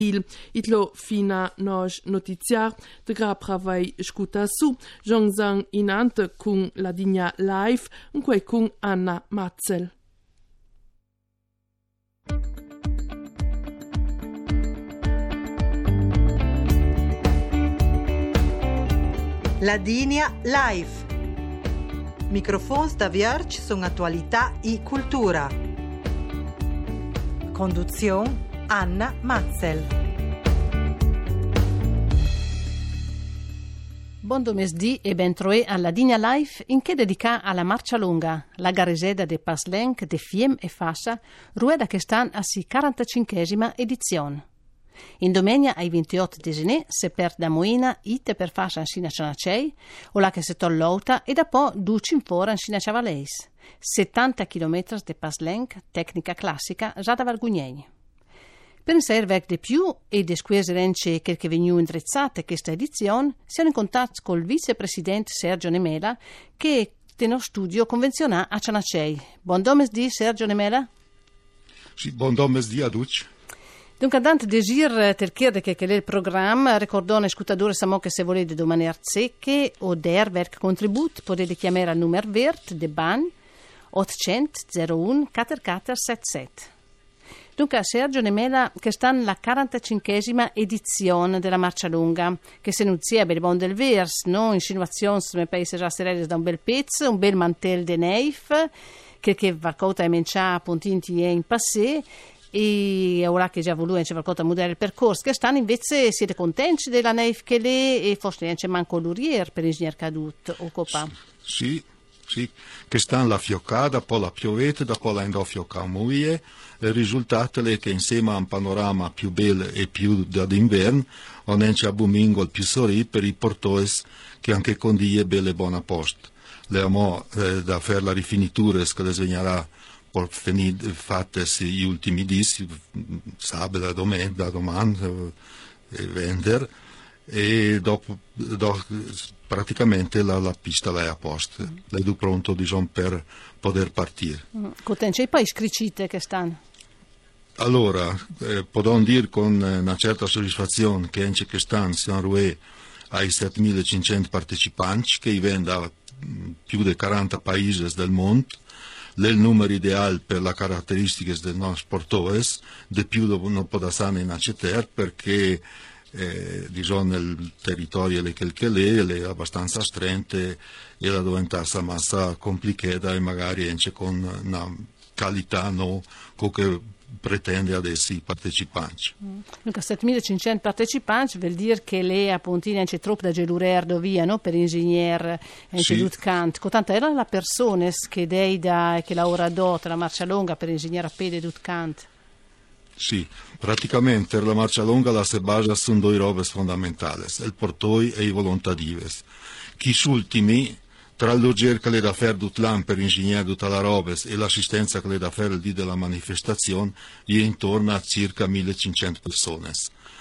Itlo fina nos notiziar de gra pravai scuta su Zhongzhang inant con la digna live un quei con Anna Matzel. La Digna Live. Microfons da Vierge sono attualità e cultura. Conduzione Anna Matzel. Buon domesdì e ben troé alla Digna Life in che dedica alla marcia lunga, la gareseda de Paslenc de Fiem e Fassa, rueda che stan a si 45esima edizione. In domenica ai 28 desinè se per da Moina ite per Fassa in Sina Cianacei, o la che se tollouta e da po' duci in fora in Sina Ciavaleis, 70 km de Paslenc, tecnica classica, già da Vargugnegni. Per inservec di più e di squieserence che veniu indrezzate questa edizione, siamo in contatto col vicepresidente Sergio Nemela che teno studio convenzionà a Cianacei. Buon domesdì Sergio Nemela. Sì, buon domesdì a tutti. Dunque, Dante desir ter chiede che il programma ricordone scutadore samo che se volete domani secche o der verk contribut potete chiamare al numero vert de ban 800 01 4477. Dunque, Sergio Nemela, che sta nella 45esima edizione della Marcia Lunga, che se nuzia per il bon del vers, no? Insinuazioni, mi paese già serene da un bel pezzo, un bel mantel de neif, che varcota e mencia puntinti e in passé, e ora che già voluto c'è qualcosa a mudare il percorso, che stanno invece siete contenti della neif che le e forse neanche manco l'urier per ingegner cadut o copa. Sì, che stanno la fioccata, poi la piovete, dopo la indò fiocca muie. Il risultato è che insieme a un panorama più bello e più d'inverno, non c'è bumingo il più sorri per i portoi che anche con die belle buona posta. Le amo da fare la rifinitura che le svegnerà per finire fatte gli ultimi dissi, sabato, domenica, domani, e vendere, e dopo praticamente la pista è a posto, è pronto diciamo, per poter partire. C'è poi scricite che stanno? Allora, possiamo dire con una certa soddisfazione che anche quest'anno siamo arrivati ai 7.500 partecipanti che vengono da più di 40 paesi del mondo. Il numero ideale per le caratteristiche del nostro portone, di più non possiamo accettare perché diciamo, il territorio è abbastanza stretto e la diventa massa complicata e magari anche con una qualità no, che pretende adesso i partecipanti. Dunque 7.500 partecipanti vuol dire che le appuntine c'è troppo da gelurerdo via, no? Per ingegner e sì. Cant. Tanta era la persona che dei da che lavora dota la marcia lunga per ingegner a pede Cant. Sì, praticamente la marcia lunga la si basa su due robe fondamentali, il portoi e i volontarivi. Chi ultimi tra l'ogger che le da fare l'an per ingegnere tutta la roba e l'assistenza che le da fare il dì della manifestazione, è intorno a circa 1.500 persone.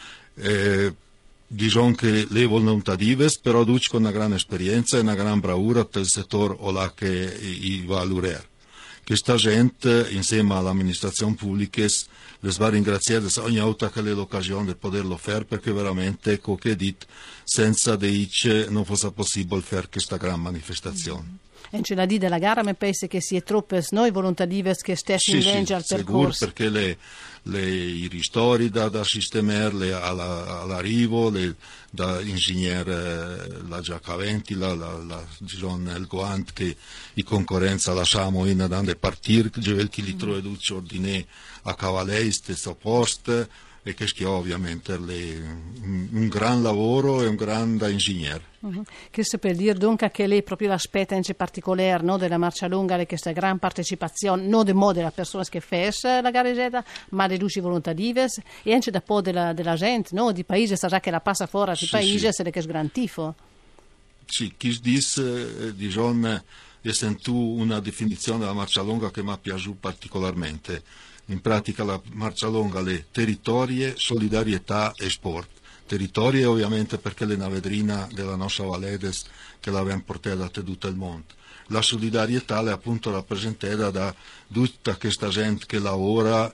Diciamo che le volontarive però duce con una grande esperienza e una gran bravura del settore o là che i va a l'urer. Questa gente, insieme all'amministrazione pubblica, les va ringraziare ogni volta che le l'occasione di poterlo fare perché veramente, come dit, senza dice non fosse possibile fare questa gran manifestazione. E c'è la di della gara, mi pensa che si è troppe noi volontarive che stessi in range al percorso. Sì, perché i ristori da sistemare all'arrivo, da ingegnere la giacaventi, diciamo, il guante che i concorrenza lasciamo in andando a partire, che li troveduci ordine a cavallei, stesso posto, e che ovviamente un gran lavoro e un grande ingegnere. Che se per dire dunque che lei proprio l'aspetta in particolare no, della marcia lunga, questa gran partecipazione, non del modo della persona che fa la gareggiata, ma dei luci volontarives e anche da po' della gente, no, di paese, sa che la passa fuori di paese, se che è gran tifo. Sì, chi dice, diciamo, essendo una definizione della marcia lunga che mi è piaciuta particolarmente. In pratica la marcia lunga è territorio, solidarietà e sport. Territorio ovviamente perché è una vedrina della nostra Valedes che l'abbiamo portata da tutto il mondo. La solidarietà è appunto rappresentata da tutta questa gente che lavora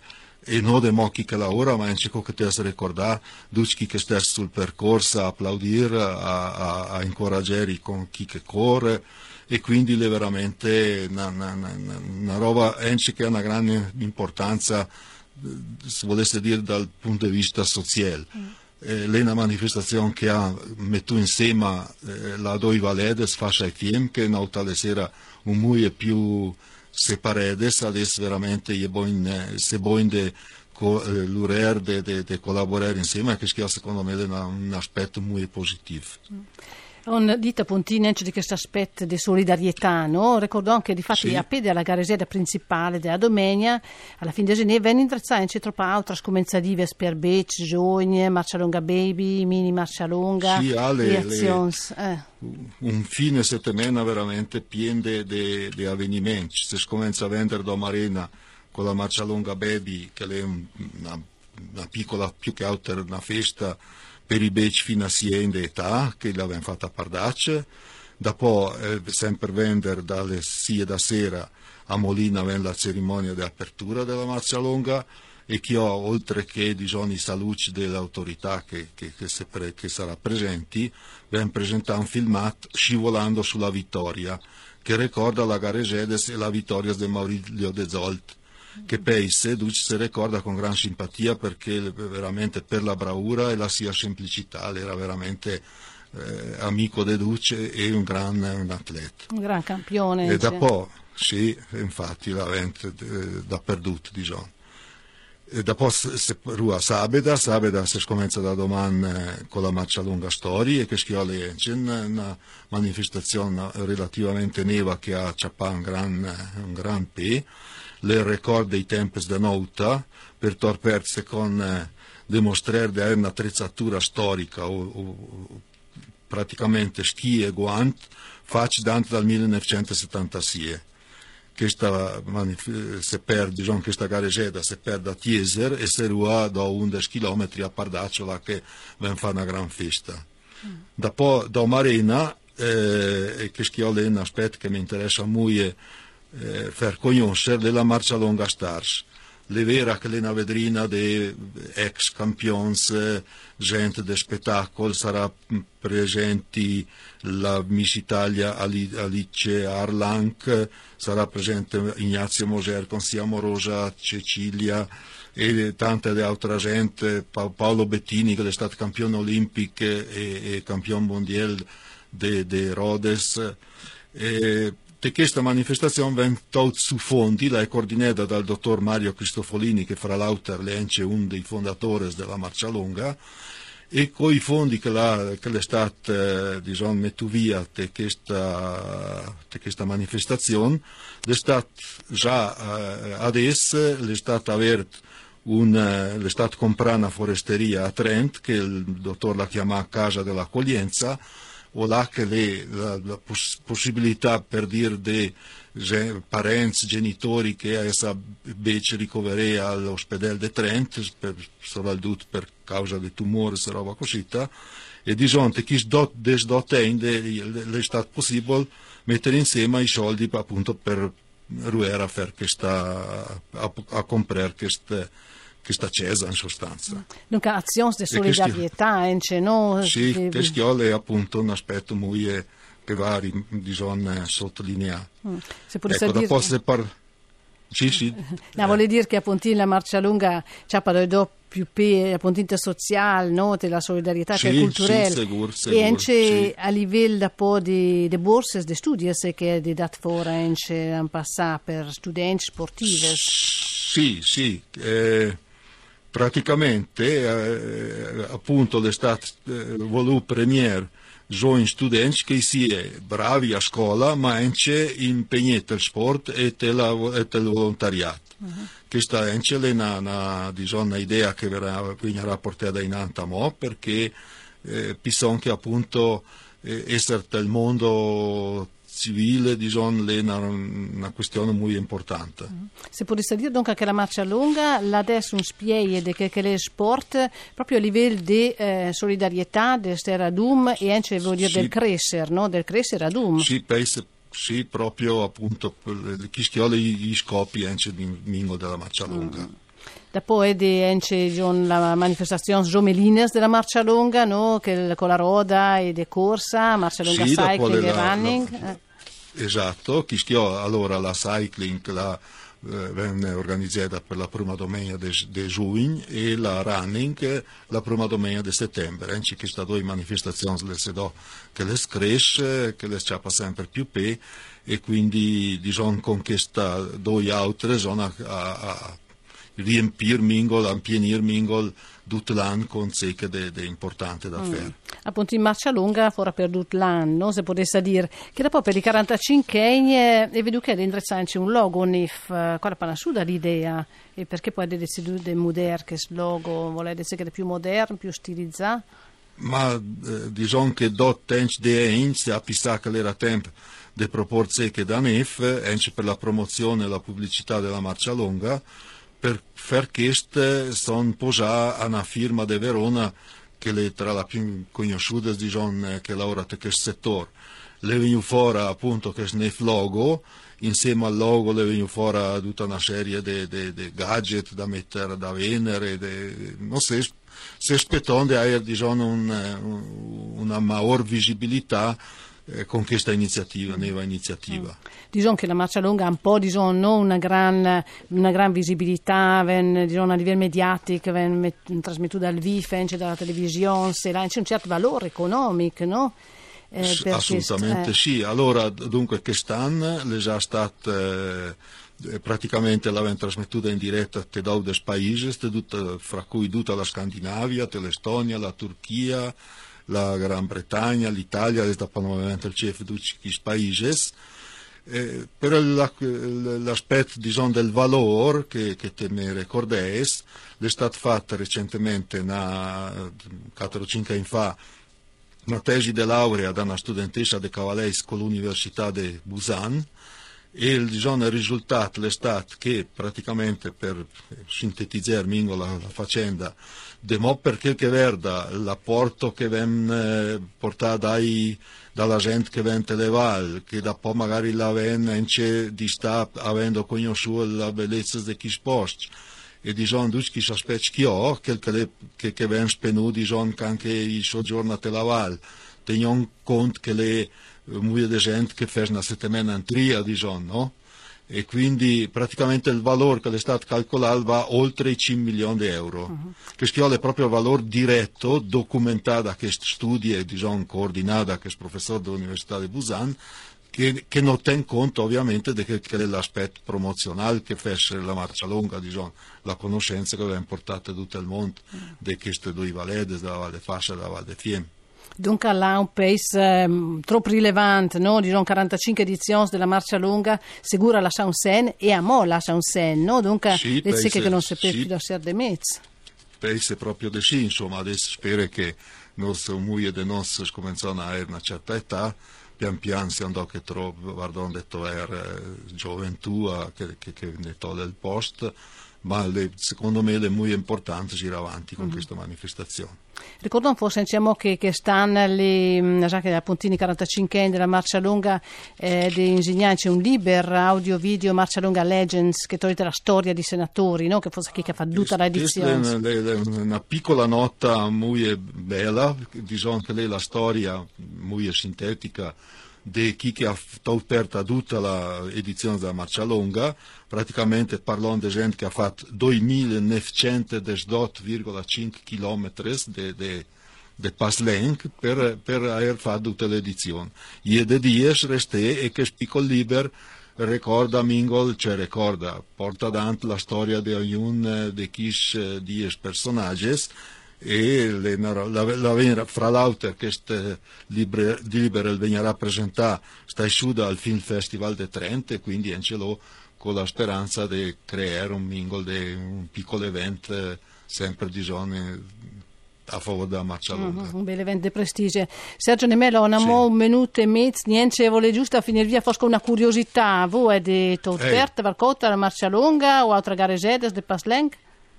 e non de mocchi che lavora, ma anche che ti ricordare tutti che sta sul percorso a applaudire, a incoraggiare con chi che corre, e quindi è veramente una roba anche che ha una grande importanza, se volesse dire dal punto di vista sociale. È una manifestazione che ha messo insieme la due valedes fascia e fiem, che in tale sera un muoio più separedes, adesso veramente se buon de l'urer de collaborare insieme, che secondo me è un aspetto molto positivo. On dite appunto di questo aspetto di solidarietà, no? Ricordo anche di fatti sì. appena alla garesera principale della domenica, alla fine di gennaio, venne indirizzata in centro altre scomenzadive per Beach, Giogni, Marcialonga Baby, Mini Marcialonga, sì, un fine settimana veramente pieno di avvenimenti. Si comincia a vendere da Marina con la Marcialonga Baby, che è una piccola, più che altro una festa per i beach fino a 6 di età, che l'abbiamo fatta a Pardacce. Dopo sempre vendere dalle 6 da sera a Molina la cerimonia di apertura della Marcialonga, e che oltre che i saluti delle autorità che sarà presenti, abbiamo presentato un filmato Scivolando sulla vittoria, che ricorda la Garegedes e la vittoria di Maurizio De Zolt, che Paese si ricorda con gran simpatia, perché veramente per la bravura e la sua semplicità era veramente amico de Duce e un atleta. Un gran campione. E dopo, sì, infatti l'avente dappertutto, diciamo. E dopo rua Sabeda si comincia da domani con la Marcialonga Story, e che schiole c'è una manifestazione relativamente neva che ha acciappato un gran pe, le ricorda dei tempi da nota, per torpersi con dimostrare di avere un'attrezzatura storica o praticamente schi e guanti facci dal 1976. Questa gareggiata si perde a Tieser e si rua da 11 km a Pardacciola, che ven fa una gran festa. Dopo da Marina, che è un aspetto che mi interessa molto per conoscere, della Marcialonga Stars. Le vera che è una vedrina di ex campioni, gente del spettacolo, sarà presente la Miss Italia Alice Arlanc, sarà presente Ignazio Moser con Siamo Rosa, Cecilia e tante altre gente, Paolo Bettini che è stato campione olimpico e campione mondiale di Rhodes. Di questa manifestazione viene tolta su fondi, la è coordinata dal dottor Mario Cristofolini, che fra l'altro è anche uno dei fondatori della Marcialonga, e con i fondi che è stato messo via di questa manifestazione, è stato già adesso è stato comprare una foresteria a Trent, che il dottor la chiama Casa dell'Accoglienza, o là che la possibilità per dire dei parenti, genitori che essa invece ricoverè all'ospedale di Trent, soprattutto per causa di tumori e roba così, e di gente che è stato possibile mettere insieme i soldi appunto per ruera a comprare questa cesa in sostanza. Dunque azioni di solidarietà, no? Sì, questo è appunto un aspetto molto che va bisogna sottolineare. Se potesse dire... Sì. No, vuole dire che appunto la Marcialonga c'ha per più appunto sociale, no? Della solidarietà che è culturale. Sì, e anche a livello di borse di studi che è dato fuori anche in passato per studenti sportivi. Sì. Praticamente appunto l'estate voluto premier giovani studenti che si è bravi a scuola ma anche impegnati al sport e al volontariato. Questa è una idea che verrà portata in Antamo, perché penso che appunto essere del mondo civile è una questione molto importante. Se potesse dire dunque che la Marcialonga adesso un spieghe che è sport proprio a livello di solidarietà, del radum e anche del crescere, no? Del crescere radum. Sì, proprio appunto chi schiole gli scopi anche di Mingo della Marcialonga. Poi c'è la manifestazione Jomelines della Marcia Lunga, no? Con la roda e di corsa, Marcia Lunga cycling e running. Esatto, allora la cycling venne organizzata per la prima domenica di giugno e la running la prima domenica di settembre. Ci sono due manifestazioni che le cresce, che le scappa sempre più e quindi diciamo con questa due altre sono a riempire mingol, a pienire mingol tutto l'anno con sé che è importante da fare. Appunto in Marcia Lunga fuori per tutto l'anno, se potesse dire che dopo per i 45 anni e vedo che c'è un logo NIF, quale panasciuda l'idea e perché poi deciso di mudare che logo, volete dire che è più moderno, più stilizzato? Ma diciamo che do tempo di anni, a pensare che era tempo di proporre che da NIF, anche per la promozione e la pubblicità della Marcia Lunga, per far questo sono posati a una firma di Verona che è tra le più conosciute diciamo, che lavora in questo settore. Le vengono fuori appunto questo logo, insieme al logo le vengono fuori tutta una serie di gadget da mettere da vendere, non so, se aspettano di avere diciamo, una maggior visibilità con questa nuova iniziativa. Diciamo che la Marcia Lunga ha un po' no? una gran visibilità, diciamo, a livello mediatico, viene trasmettuta dal VIF, dalla televisione, c'è un certo valore economico, no? Assolutamente sì. Allora, dunque, quest'anno è già stata praticamente l'avevano trasmettuta in diretta da 2 paesi, fra cui tutta la Scandinavia, l'Estonia, la Turchia, la Gran Bretagna, l'Italia, è stato ovviamente il chef di tutti i paesi, però l'aspetto diciamo, del valore che te ne ricordai è stato fatto recentemente, 4 o 5 anni fa, una tesi di laurea da una studentessa di Cavalès con l'Università di Busan e il risultato è stato che praticamente per sintetizzare la faccenda demò per quel che verda l'apporto che viene portato dalla gente che viene televal, che da poi magari la viene di sta avendo conosciuto la bellezza di chi sposta e diciamo tutti questi aspetti che viene spenuti diciamo anche il soggiorno a televal teniamo conto che le molta di gente che fa una settimana in tria diciamo, no? E quindi praticamente il valore che è stato calcolato va oltre i 5 milioni di euro. Questo è proprio il valore diretto, documentato da questi studi e diciamo, coordinato da questo professore dell'Università di Busan, che non tiene conto ovviamente di che è l'aspetto promozionale che fa essere la Marcia Lunga, diciamo, la conoscenza che abbiamo portato a tutto il mondo di queste due valede, della Val de Fascia e della Val de Fiemme. Dunque là un paese troppo rilevante, no? Di 45 edizioni della Marcia Lunga, sicura lascia un sen e a mo lascia un sen, no? Dunque sì, che non si può più lasciare di mezzo. Paese proprio di sì, insomma, adesso spero che nostre mogli e nostre cominciano a avere una certa età, pian piano si andò che troppo, guardano detto era gioventù che ne toglie il posto, ma secondo me è molto importante girare avanti con questa manifestazione. Ricordo forse diciamo che stanno le puntini 45 anni della Marcia Lunga di insegnare c'è un libro audio video Marcia Lunga Legends che toglie la storia di senatori, no? Che forse chi che fa tutta l'edizione. È una piccola nota molto bella, diciamo che è la storia molto sintetica di chi che ha aperto tutta l'edizione della Marcia Lunga, praticamente parlando di gente che ha fatto 2.918,5 km di paslenk per aver fatto tutta l'edizione. Ieri dies resté e che piccolo libro ricorda Mingol, porta davanti la storia di ognuno di questi 10 personaggi e fra l'altro questo libro venirà presentato sta isciuta al Film Festival di Trento e quindi anche lo con la speranza di creare un piccolo evento sempre a favore della Marcia Lunga. Un bel evento di prestigio. Sergio Nemelo, un minuto e mezzo, niente, vuole giusto a finire via forse una curiosità, voi avete aperto qualcosa la Marcia Lunga o altre gare di Paslenk?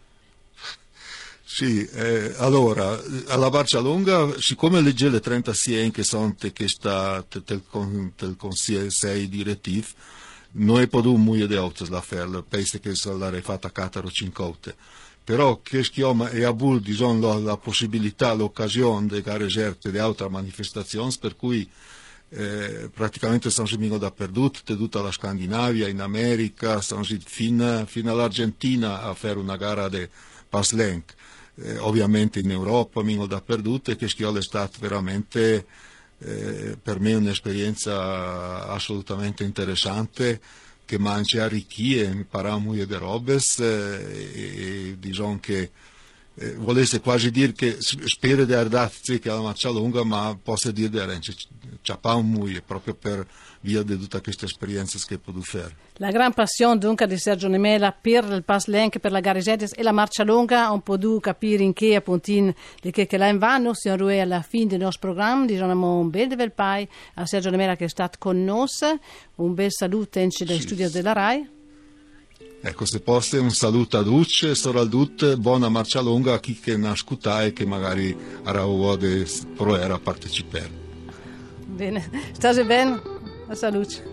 Sì, allora, alla Marcia Lunga, siccome legge le 36 che sono che sta del Consiglio 6 direttivo, non è potuto molto di autos la fare, penso che se l'ha fatta a Cataro 5 però che schioma e a Bull diciamo la possibilità, l'occasione di gare certe di altre manifestazioni, per cui praticamente stiamo seguendo dappertutto, tutta la Scandinavia, in America, stiamo fino all'Argentina a fare una gara di Passlenk, ovviamente in Europa, dappertutto, e che schioma è stato veramente per me un'esperienza assolutamente interessante, che mangia arricchie, impariamo di robes e diciamo che volesse quasi dire che spero di ardarsi che alla marcia lunga, ma posso dire di arrence ciapà un muie proprio per via di tutte queste esperienze che ho potuto fare. La gran passione dunque di Sergio Nemela per il Passlenk, per la Garigedes e la marcia lunga, un po' du capire in che appuntin di che là in vanno, siamo alla fine del nostro programma, diciamo un bel del pai a Sergio Nemela che è stato con noi, un bel saluto dai studi della RAI. Ecco, se posso un saluto a tutti, soprattutto buona marcia lunga a chi che nascuta e che magari avrà voglia di provare a partecipare. Bene, state bene, a salute.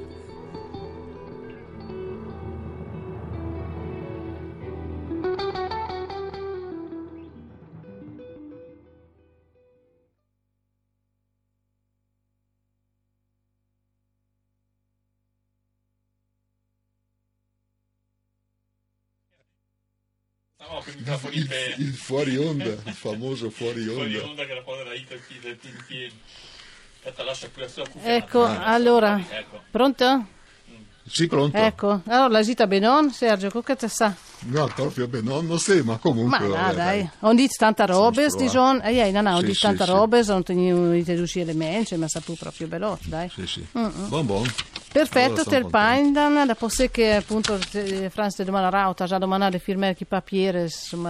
No, il fuori onda, il famoso fuori onda. Fuori onda che la pone da Ito in piedi. Ecco, allora, pronto? Sì, pronto. Ecco, allora la gita benon, Sergio, che te sa? No, proprio non lo so, ma comunque. Ma no, dai, on dit tanta robes, dijon, on dit tanta robes, on teniu i teduci elementi, ma sapu proprio bello, dai. Sì. Buon. Perfetto, tel paindan, da posse che appunto Franz de domani rauta, già domani le firme chi papiere, insomma,